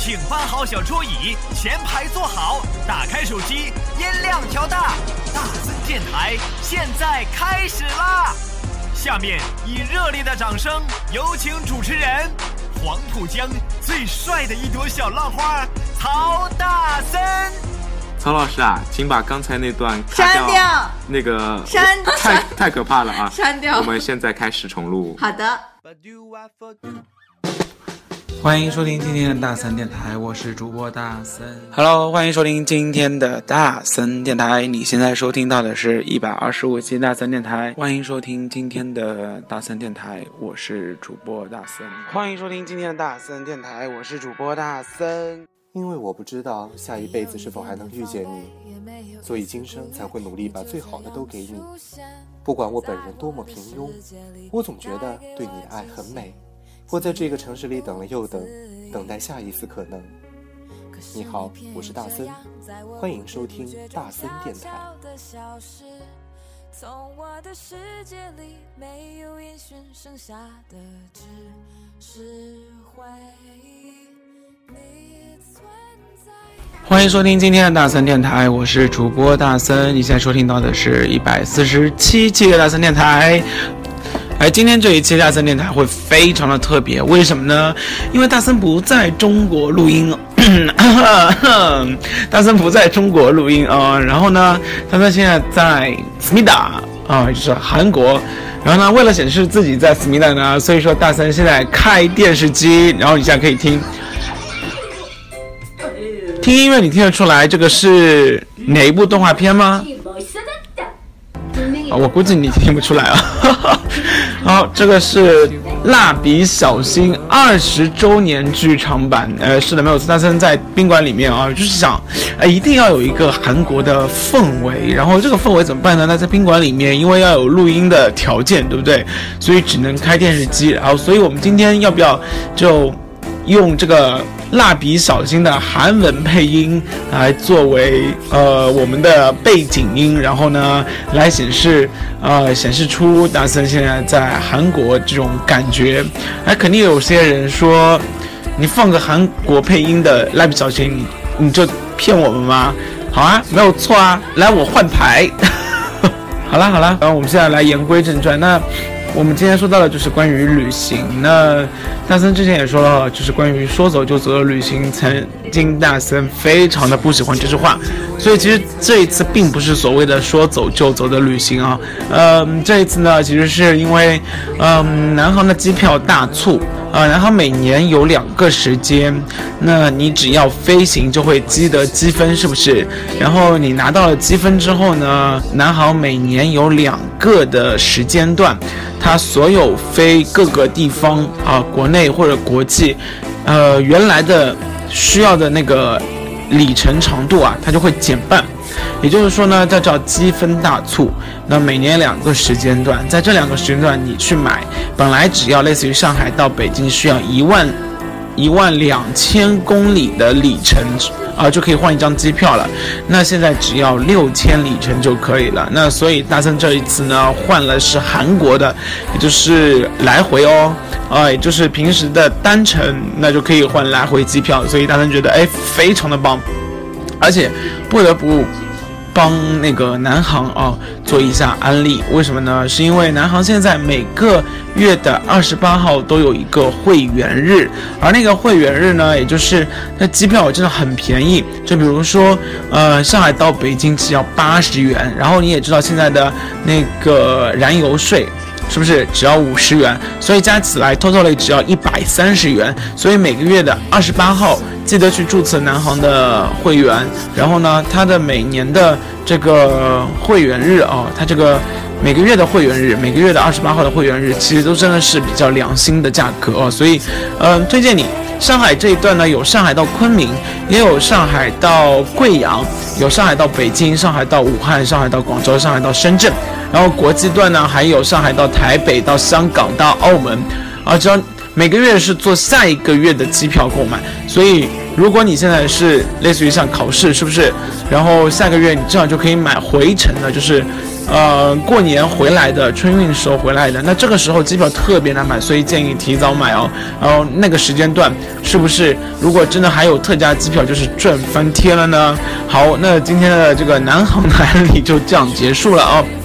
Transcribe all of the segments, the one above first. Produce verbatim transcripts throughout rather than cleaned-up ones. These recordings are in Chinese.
请搬好小桌椅，前排坐好，打开手机，音量调大。大森电台现在开始啦！下面以热烈的掌声，有请主持人黄浦江最帅的一朵小浪花曹大森。 曹老师啊，请把刚才那段删掉， 那个删太太可怕了啊！ 删掉。 我们现在开始重录。 好的。 欢迎收听今天的大森电台，我是主播大森。Hello， 欢迎收听今天的大森电台。你现在收听到的是一百二十五期大森电台。欢迎收听今天的大森电台，我是主播大森。欢迎收听今天的大森电台，我是主播大森。 因为我不知道下一辈子是否还能遇见你，所以今生才会努力把最好的都给你。不管我本人多么平庸，我总觉得对你的爱很美。我在这个城市里等了又等，等待下一次可能。你好，我是大森，欢迎收听大森电台。从我的世界里没有音讯，剩下的只是回忆。 欢迎收听今天的大森电台，我是主播大森。你现在收听到的是一百四十七期的大森电台。而今天这一期大森电台会非常的特别，为什么呢？因为大森不在中国录音大森不在中国录音啊、呃，然后呢，大森现在在思密达啊，就是韩国。然后呢，为了显示自己在思密达呢，所以说大森现在开电视机，然后你现在可以听听音乐，你听得出来这个是哪一部动画片吗？啊，我估计你听不出来啊。好，这个是蜡笔小新二十周年剧场版。呃，是的，没有错。大森在宾馆里面啊，就是想，呃，一定要有一个韩国的氛围。然后这个氛围怎么办呢？那在宾馆里面，因为要有录音的条件，对不对？所以只能开电视机。然后，所以我们今天要不要就用这个蜡笔小新的韩文配音来作为呃我们的背景音，然后呢来显示呃显示出大森现在在韩国这种感觉。哎，肯定有些人说你放个韩国配音的蜡笔小新，你就骗我们吗？好啊，没有错啊，来我换台。好啦好啦，然后我们现在来言归正传。那我们今天说到的就是关于旅行。那大森之前也说了，就是关于说走就走的旅行，曾经大森非常的不喜欢这句话，所以其实这一次并不是所谓的说走就走的旅行啊。嗯，这一次呢，其实是因为嗯南航的机票大促。呃，南航每年有两个时间，那你只要飞行就会积得积分，是不是？然后你拿到了积分之后呢，南航每年有两个的时间段，它所有飞各个地方啊、呃，国内或者国际，呃，原来的需要的那个里程长度啊，它就会减半。也就是说呢，这叫积分大促。那每年两个时间段，在这两个时间段你去买，本来只要类似于上海到北京需要一万一万两千公里的里程啊、呃，就可以换一张机票了。那现在只要六千里程就可以了。那所以大森这一次呢，换了是韩国的，也就是来回哦，啊、呃，也就是平时的单程，那就可以换来回机票。所以大森觉得哎，非常的棒，而且不得不帮那个南航啊做一下安利。为什么呢？是因为南航现在每个月的二十八号都有一个会员日，而那个会员日呢，也就是那机票真的很便宜。就比如说，呃，上海到北京只要八十元，然后你也知道现在的那个燃油税是不是只要五十元？所以加起来 totally 只要一百三十元。所以每个月的二十八号记得去注册南航的会员，然后呢，它的每年的这个会员日啊、哦，它这个每个月的会员日，每个月的二十八号的会员日，其实都真的是比较良心的价格哦。所以，嗯、呃，推荐你上海这一段呢，有上海到昆明，也有上海到贵阳，有上海到北京，上海到武汉，上海到广州，上海到深圳。然后国际段呢，还有上海到台北、到香港、到澳门啊，只要每个月是做下一个月的机票购买，所以如果你现在是类似于像考试，是不是？然后下个月你这样就可以买回程的，就是呃过年回来的，春运时候回来的。那这个时候机票特别难买，所以建议提早买哦。然后那个时间段是不是如果真的还有特价机票，就是赚翻天了呢？好，那今天的这个南航的案例就这样结束了啊、哦。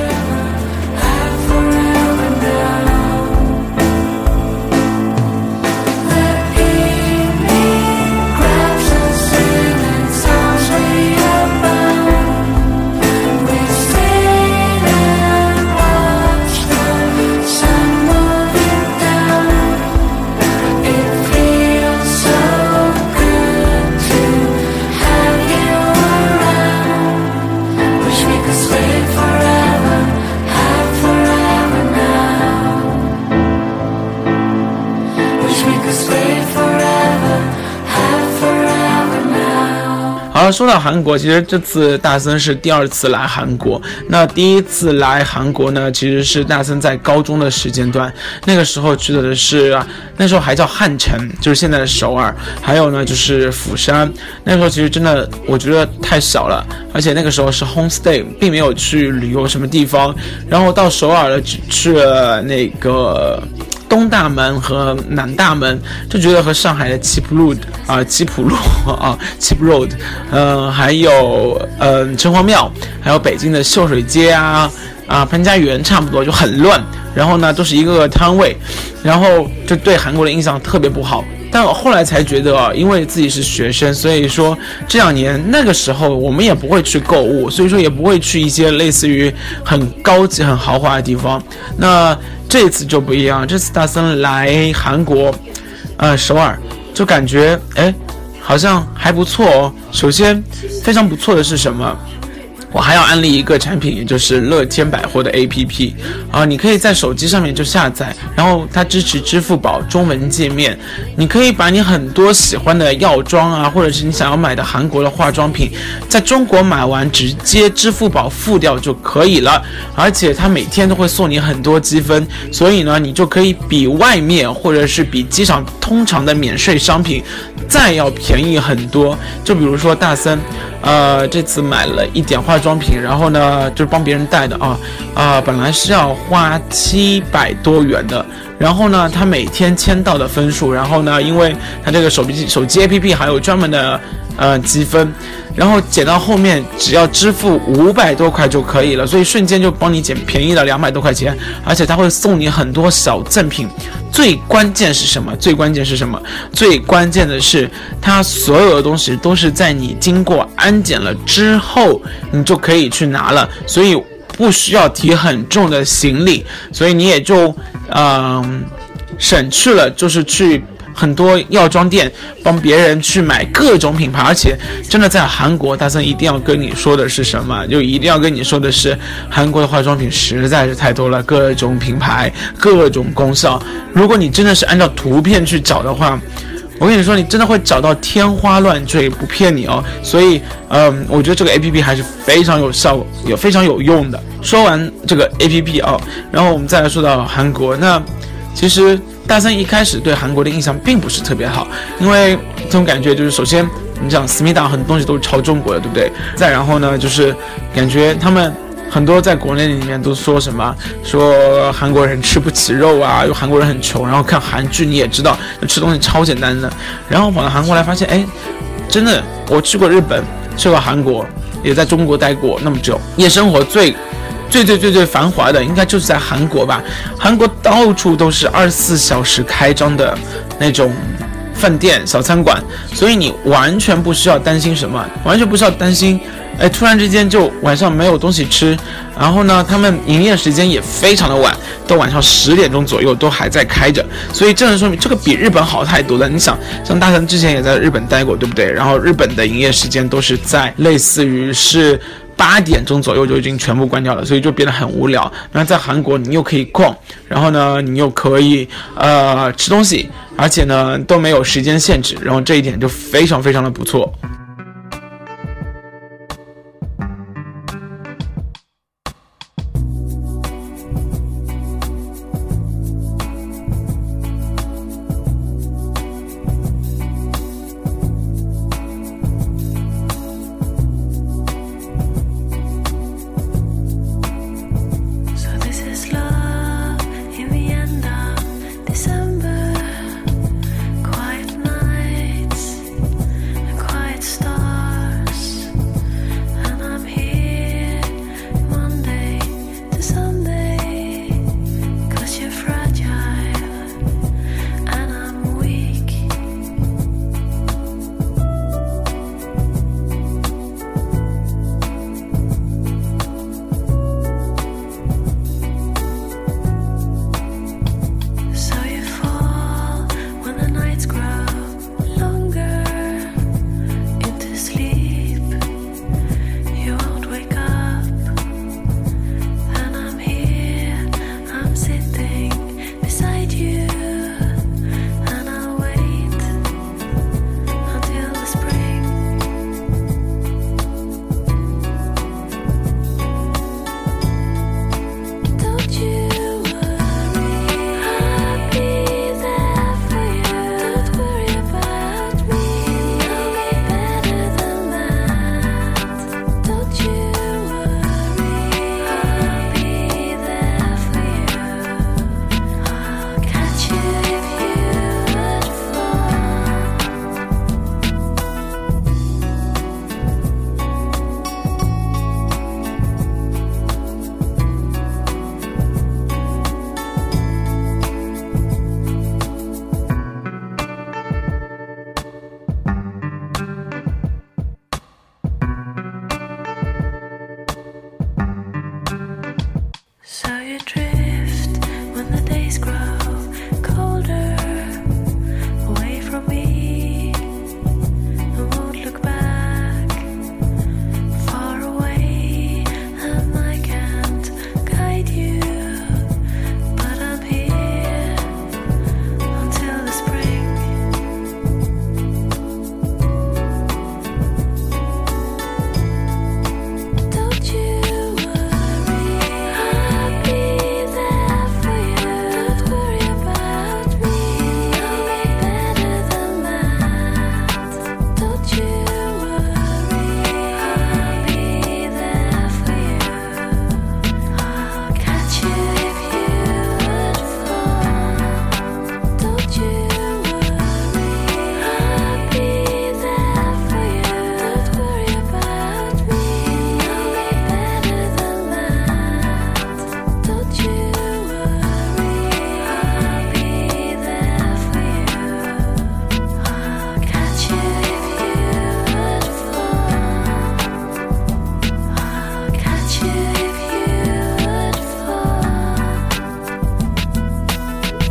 好，说到韩国，其实这次大森是第二次来韩国。那第一次来韩国呢，其实是大森在高中的时间段，那个时候去的是、啊、那时候还叫汉城，就是现在的首尔，还有呢就是釜山。那时候其实真的我觉得太小了，而且那个时候是 homestay， 并没有去旅游什么地方。然后到首尔了，只去了那个东大门和南大门，就觉得和上海的吉普路啊、吉普路啊、吉普 road， 呃，还有呃城隍庙，还有北京的秀水街啊啊潘家园差不多，就很乱。然后呢，都是一个个摊位，然后就对韩国的印象特别不好。但我后来才觉得啊，因为自己是学生，所以说这两年那个时候我们也不会去购物，所以说也不会去一些类似于很高级、很豪华的地方。那这一次就不一样，这次大森来韩国，呃，首尔，就感觉哎，好像还不错哦。首先，非常不错的是什么？我还要安利一个产品，也就是乐天百货的 A P P 啊，你可以在手机上面就下载，然后它支持支付宝中文界面，你可以把你很多喜欢的药妆啊，或者是你想要买的韩国的化妆品，在中国买完直接支付宝付掉就可以了，而且它每天都会送你很多积分，所以呢，你就可以比外面或者是比机场通常的免税商品再要便宜很多。就比如说大森，呃，这次买了一点化妆品，然后呢，就是帮别人带的啊，啊、呃，本来是要花七百多元的，然后呢，他每天签到的分数，然后呢，因为他这个手机手机 A P P 还有专门的呃积分，然后减到后面只要支付五百多块就可以了，所以瞬间就帮你减便宜了两百多块钱，而且他会送你很多小赠品。最关键是什么？最关键是什么？最关键的是，它所有的东西都是在你经过安检了之后，你就可以去拿了，所以不需要提很重的行李，所以你也就嗯、呃、省去了就是去很多药妆店帮别人去买各种品牌。而且真的在韩国，大森一定要跟你说的是什么？就一定要跟你说的是，韩国的化妆品实在是太多了，各种品牌，各种功效。如果你真的是按照图片去找的话，我跟你说，你真的会找到天花乱坠，不骗你哦。所以，嗯，我觉得这个 A P P 还是非常有效果，有非常有用的。说完这个 A P P 哦，然后我们再来说到韩国。那其实大森一开始对韩国的印象并不是特别好，因为这种感觉就是，首先你讲思密达很多东西都是抄中国的，对不对？再然后呢，就是感觉他们很多在国内里面都说什么，说韩国人吃不起肉啊，有韩国人很穷，然后看韩剧你也知道，吃东西超简单的。然后跑到韩国来发现，哎，真的，我去过日本，去过韩国，也在中国待过那么久，夜生活最最最最最繁华的应该就是在韩国吧。韩国到处都是二十四小时开张的那种饭店小餐馆，所以你完全不需要担心什么，完全不需要担心哎，突然之间就晚上没有东西吃。然后呢，他们营业时间也非常的晚，到晚上十点钟左右都还在开着，所以这能说明这个比日本好太多了。你想，像大森之前也在日本待过，对不对？然后日本的营业时间都是在类似于是八点钟左右就已经全部关掉了，所以就变得很无聊。然后在韩国你又可以逛，然后呢你又可以呃吃东西，而且呢都没有时间限制，然后这一点就非常非常的不错。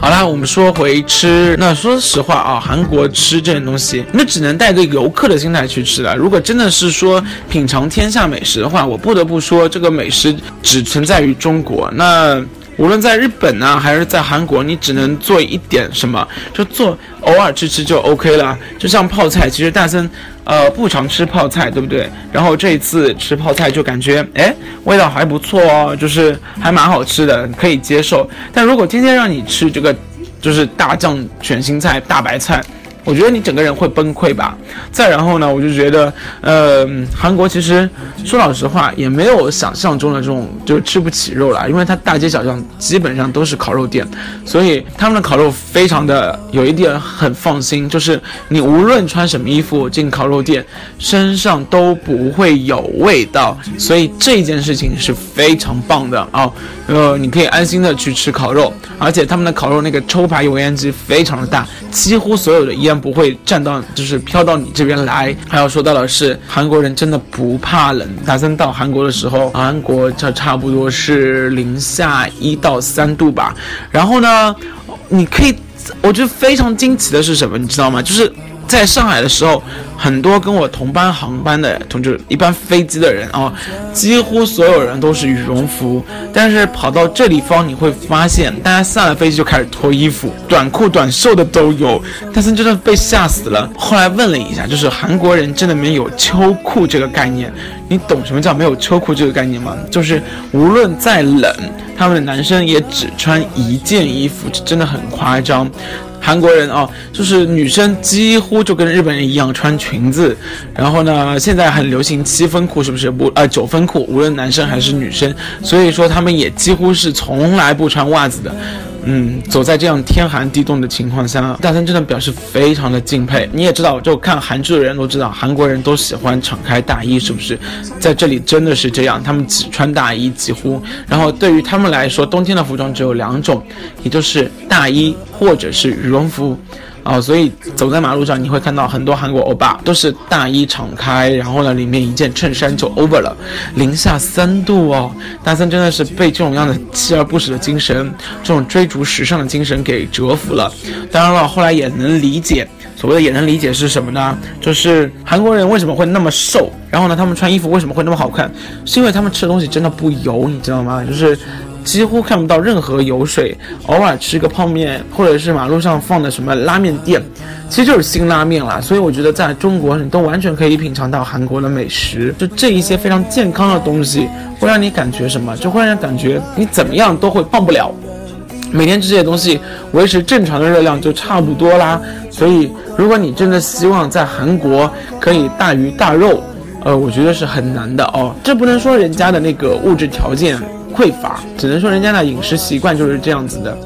好啦，我们说回吃，那说实话啊，韩国吃这种东西，那只能带个游客的心态去吃了。如果真的是说品尝天下美食的话，我不得不说这个美食只存在于中国。那无论在日本呢，还是在韩国，你只能做一点什么，就做偶尔吃吃就 OK 了。就像泡菜，其实大森呃不常吃泡菜，对不对？然后这一次吃泡菜就感觉，哎，味道还不错哦，就是还蛮好吃的，可以接受。但如果今天让你吃这个，就是大酱卷心菜、大白菜，我觉得你整个人会崩溃吧。再然后呢，我就觉得，呃，韩国其实说老实话也没有想象中的这种就吃不起肉了，因为它大街小巷基本上都是烤肉店，所以他们的烤肉非常的有一点很放心，就是你无论穿什么衣服进烤肉店，身上都不会有味道，所以这件事情是非常棒的哦。呃，你可以安心的去吃烤肉，而且他们的烤肉那个抽排油烟机非常的大，几乎所有的烟不会站到，就是飘到你这边来。还要说到的是，韩国人真的不怕冷。打算到韩国的时候，韩国这差不多是零下一到三度吧。然后呢，你可以，我觉得非常惊奇的是什么，你知道吗？就是在上海的时候，很多跟我同班航班的同就是一班飞机的人啊，几乎所有人都是羽绒服，但是跑到这地方你会发现，大家下了飞机就开始脱衣服，短裤短袖的都有，但是真的被吓死了。后来问了一下，就是韩国人真的没有秋裤这个概念。你懂什么叫没有秋裤这个概念吗？就是无论再冷，他们的男生也只穿一件衣服，这真的很夸张。韩国人哦，就是女生几乎就跟日本人一样穿裙子，然后呢，现在很流行七分裤，是不是？不，呃，九分裤，无论男生还是女生，所以说他们也几乎是从来不穿袜子的。嗯，走在这样天寒地冻的情况下，大森真的表示非常的敬佩。你也知道，就看韩剧的人都知道，韩国人都喜欢敞开大衣，是不是？在这里真的是这样，他们只穿大衣几乎。然后对于他们来说，冬天的服装只有两种，也就是大衣或者是羽绒服。哦，所以走在马路上，你会看到很多韩国欧巴都是大衣敞开，然后呢，里面一件衬衫就 over 了，零下三度哦。大森真的是被这种样的锲而不舍的精神，这种追逐时尚的精神给折服了。当然了，后来也能理解，所谓的也能理解是什么呢？就是韩国人为什么会那么瘦，然后呢，他们穿衣服为什么会那么好看，是因为他们吃的东西真的不油，你知道吗？就是几乎看不到任何油水，偶尔吃个泡面，或者是马路上放的什么拉面店，其实就是辛拉面啦。所以我觉得在中国你都完全可以品尝到韩国的美食，就这一些非常健康的东西会让你感觉什么，就会让你感觉你怎么样都会胖不了，每天吃这些东西维持正常的热量就差不多啦。所以如果你真的希望在韩国可以大鱼大肉，呃，我觉得是很难的哦。这不能说人家的那个物质条件匮乏，只能说人家的饮食习惯就是这样子的。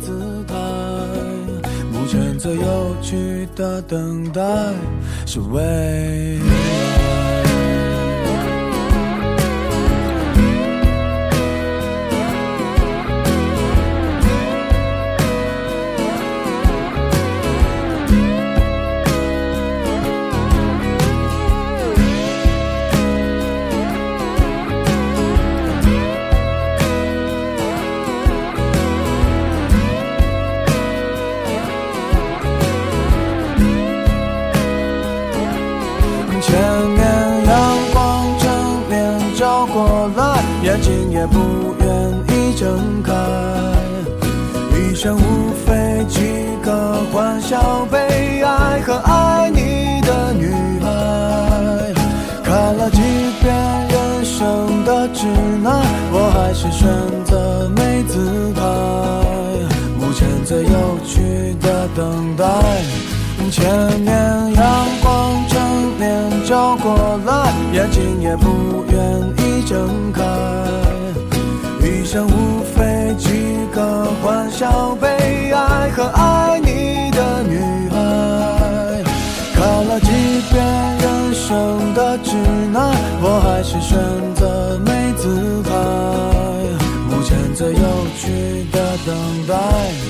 目前最有趣的等待是未来。眼睛也不愿意睁开，一生无非几个欢笑、悲哀和爱你的女孩。看了几遍人生的指南，我还是选择没姿态。目前最有趣的等待，千年阳光正面照过来，眼睛也不愿意睁开。一生无非几个欢笑、悲哀和爱你的女孩。看了几遍人生的指南，我还是选择没姿态。目前最有趣的等待。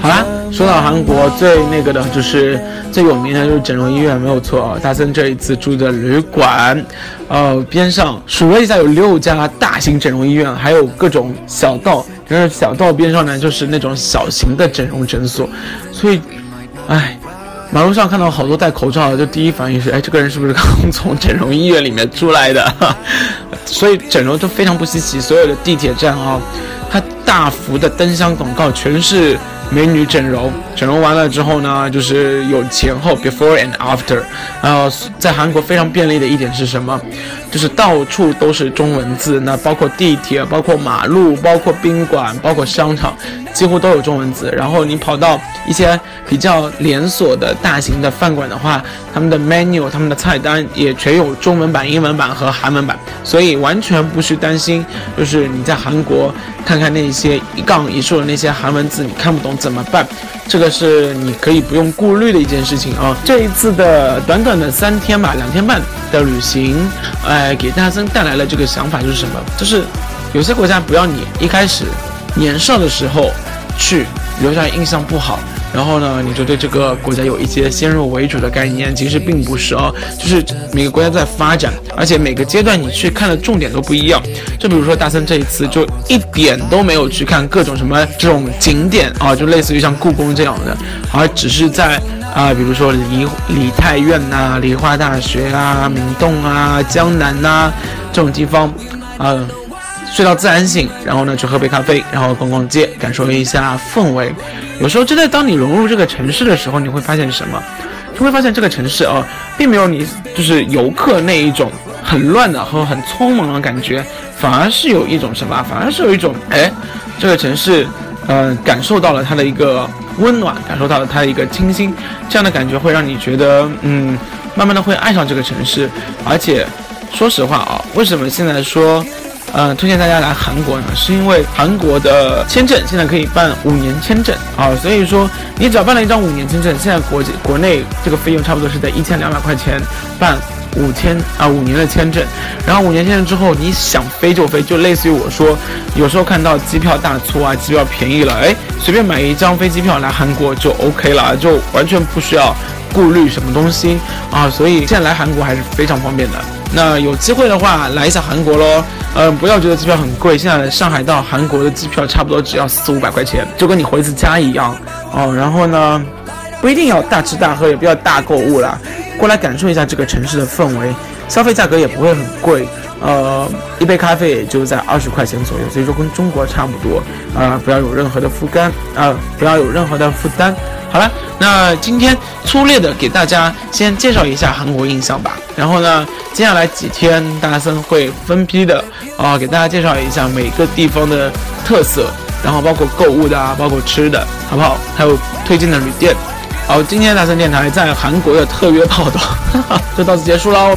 好啦，说到韩国最那个的就是最有名的就是整容医院，没有错啊。大森这一次住的旅馆，呃，边上数了一下有六家大型整容医院，还有各种小道，就是小道边上呢就是那种小型的整容诊所，所以，哎。马路上看到好多戴口罩的，就第一反应是，哎，这个人是不是刚从整容医院里面出来的？所以整容就非常不稀奇，所有的地铁站啊，它大幅的灯箱广告全是美女整容，整容完了之后呢，就是有前后 before and after。呃，在韩国非常便利的一点是什么？就是到处都是中文字，那包括地铁、包括马路、包括宾馆、包括商场，几乎都有中文字。然后你跑到一些比较连锁的大型的饭馆的话，他们的 menu、他们的菜单也全有中文版、英文版和韩文版，所以完全不需担心，就是你在韩国看看那些一杠一竖的那些韩文字你看不懂怎么办？这个是你可以不用顾虑的一件事情啊。这一次的短短的三天吧，两天半的旅行，呃，给大森带来了这个想法就是什么？就是有些国家不要你一开始年少的时候去留下印象不好，然后呢，你就对这个国家有一些先入为主的概念，其实并不是哦，就是每个国家在发展，而且每个阶段你去看的重点都不一样。就比如说大森这一次就一点都没有去看各种什么这种景点啊，就类似于像故宫这样的，而只是在啊、呃，比如说梨梨泰院呐、啊、梨花大学啊、明洞啊、江南呐、啊、这种地方，呃。睡到自然醒，然后呢去喝杯咖啡，然后逛逛街，感受一下氛围。有时候真的当你融入这个城市的时候，你会发现什么？就会发现这个城市啊，并没有你就是游客那一种很乱的和很匆忙的感觉，反而是有一种什么？反而是有一种哎，这个城市呃感受到了它的一个温暖，感受到了它的一个清新，这样的感觉会让你觉得嗯，慢慢的会爱上这个城市。而且说实话啊，为什么现在说？呃，推荐大家来韩国呢，是因为韩国的签证现在可以办五年签证啊，所以说你只要办了一张五年签证，现在国国内这个费用差不多是在一千两百块钱办五千啊五年的签证，然后五年签证之后你想飞就飞，就类似于我说，有时候看到机票大促啊，机票便宜了，哎，随便买一张飞机票来韩国就 OK 了，就完全不需要顾虑什么东西啊，所以现在来韩国还是非常方便的。那有机会的话来一下韩国咯，呃，不要觉得机票很贵，现在上海到韩国的机票差不多只要四五百块钱，就跟你回一次家一样哦。然后呢，不一定要大吃大喝，也不要大购物啦，过来感受一下这个城市的氛围，消费价格也不会很贵，呃，一杯咖啡也就在二十块钱左右，所以说跟中国差不多啊、呃，不要有任何的负担啊、呃，不要有任何的负担。好了，那今天粗略的给大家先介绍一下韩国印象吧。然后呢，接下来几天大森会分批的啊、呃、给大家介绍一下每个地方的特色，然后包括购物的啊，包括吃的，好不好？还有推荐的旅店。好，今天大森电台在韩国的特约报道就到此结束喽。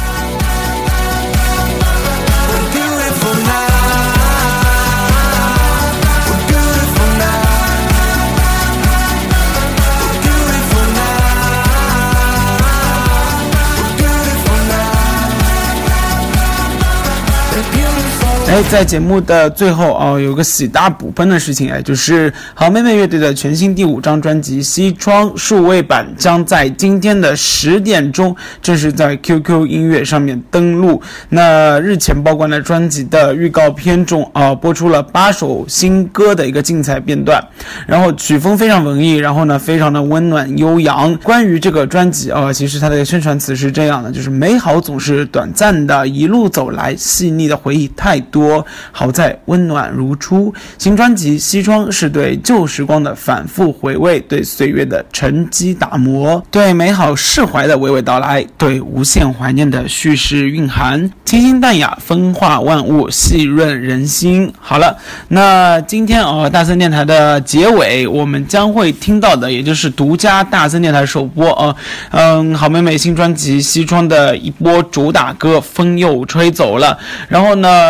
哎，在节目的最后哦，有个喜大补喷的事情哎，就是好妹妹乐队的全新第五张专辑《西窗》数位版将在今天的十点钟正式在 Q Q 音乐上面登录。那日前曝光的专辑的预告片中啊、呃，播出了八首新歌的一个精彩片段，然后曲风非常文艺，然后呢非常的温暖悠扬。关于这个专辑啊、呃，其实它的宣传词是这样的，就是美好总是短暂的，一路走来细腻的回忆太多。多好在温暖如初。新专辑《西窗》是对旧时光的反复回味，对岁月的沉积打磨，对美好释怀的娓娓道来，对无限怀念的叙事蕴含，清新淡雅，分化万物，细润人心。好了，那今天哦，大森电台的结尾我们将会听到的，也就是独家大森电台首播啊，嗯，好妹妹新专辑《西窗》的一波主打歌《风又吹走了》。然后呢，在这里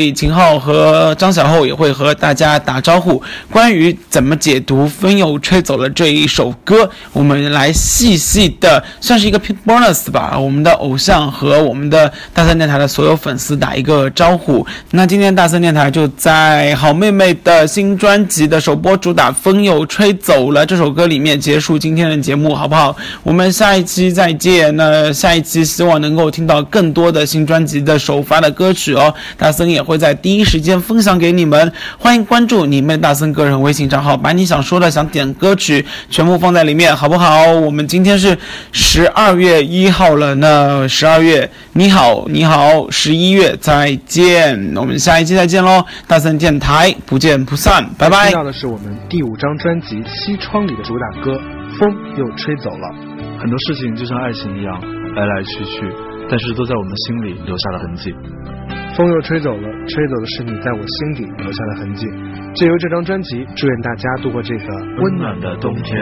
李秦昊和张小厚也会和大家打招呼。关于怎么解读风又吹走了这一首歌，我们来细细的算是一个 bonus 吧，我们的偶像和我们的大森电台的所有粉丝打一个招呼。那今天大森电台就在好妹妹的新专辑的首播主打风又吹走了这首歌里面结束今天的节目，好不好？我们下一期再见。那下一期希望能够听到更多的新专辑的首发的歌曲哦，大森也会在第一时间分享给你们。欢迎关注你们大森个人微信账号，把你想说的想点歌曲全部放在里面，好不好？我们今天是十二月一号了，那十二月你好你好，十一月再见，我们下一期再见咯，大森电台不见不散，拜拜。 听到的是我们第五张专辑《西窗》里的主打歌《风又吹走了》。 很多事情就像爱情一样来来去去，但是都在我们心里留下了痕迹。 风又吹走了，吹走的是你在我心底留下的痕迹。借由这张专辑，祝愿大家度过这个温暖的冬天。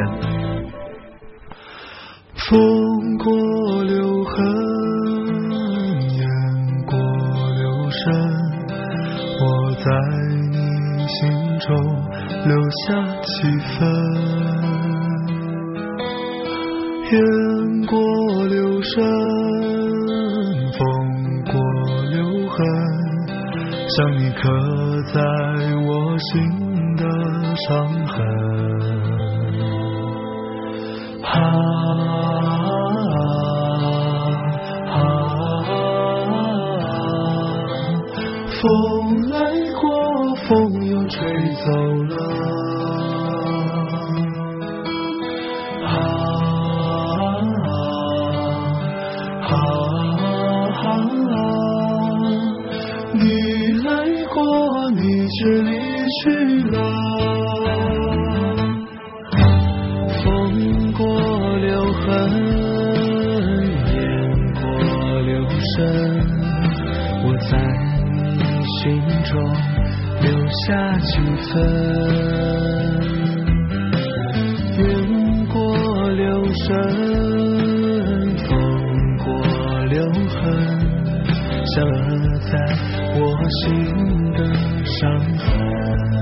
风过留痕，雁过留声，我在你心中留下几分。雁过留声，风过留痕，像你刻在我心的伤痕。啊啊风来过，风又吹走了。你来过，你却离去了。风过留痕，雁过留声，我在你心中留下几分。雁过留声，风过留痕，像在我心的伤痕。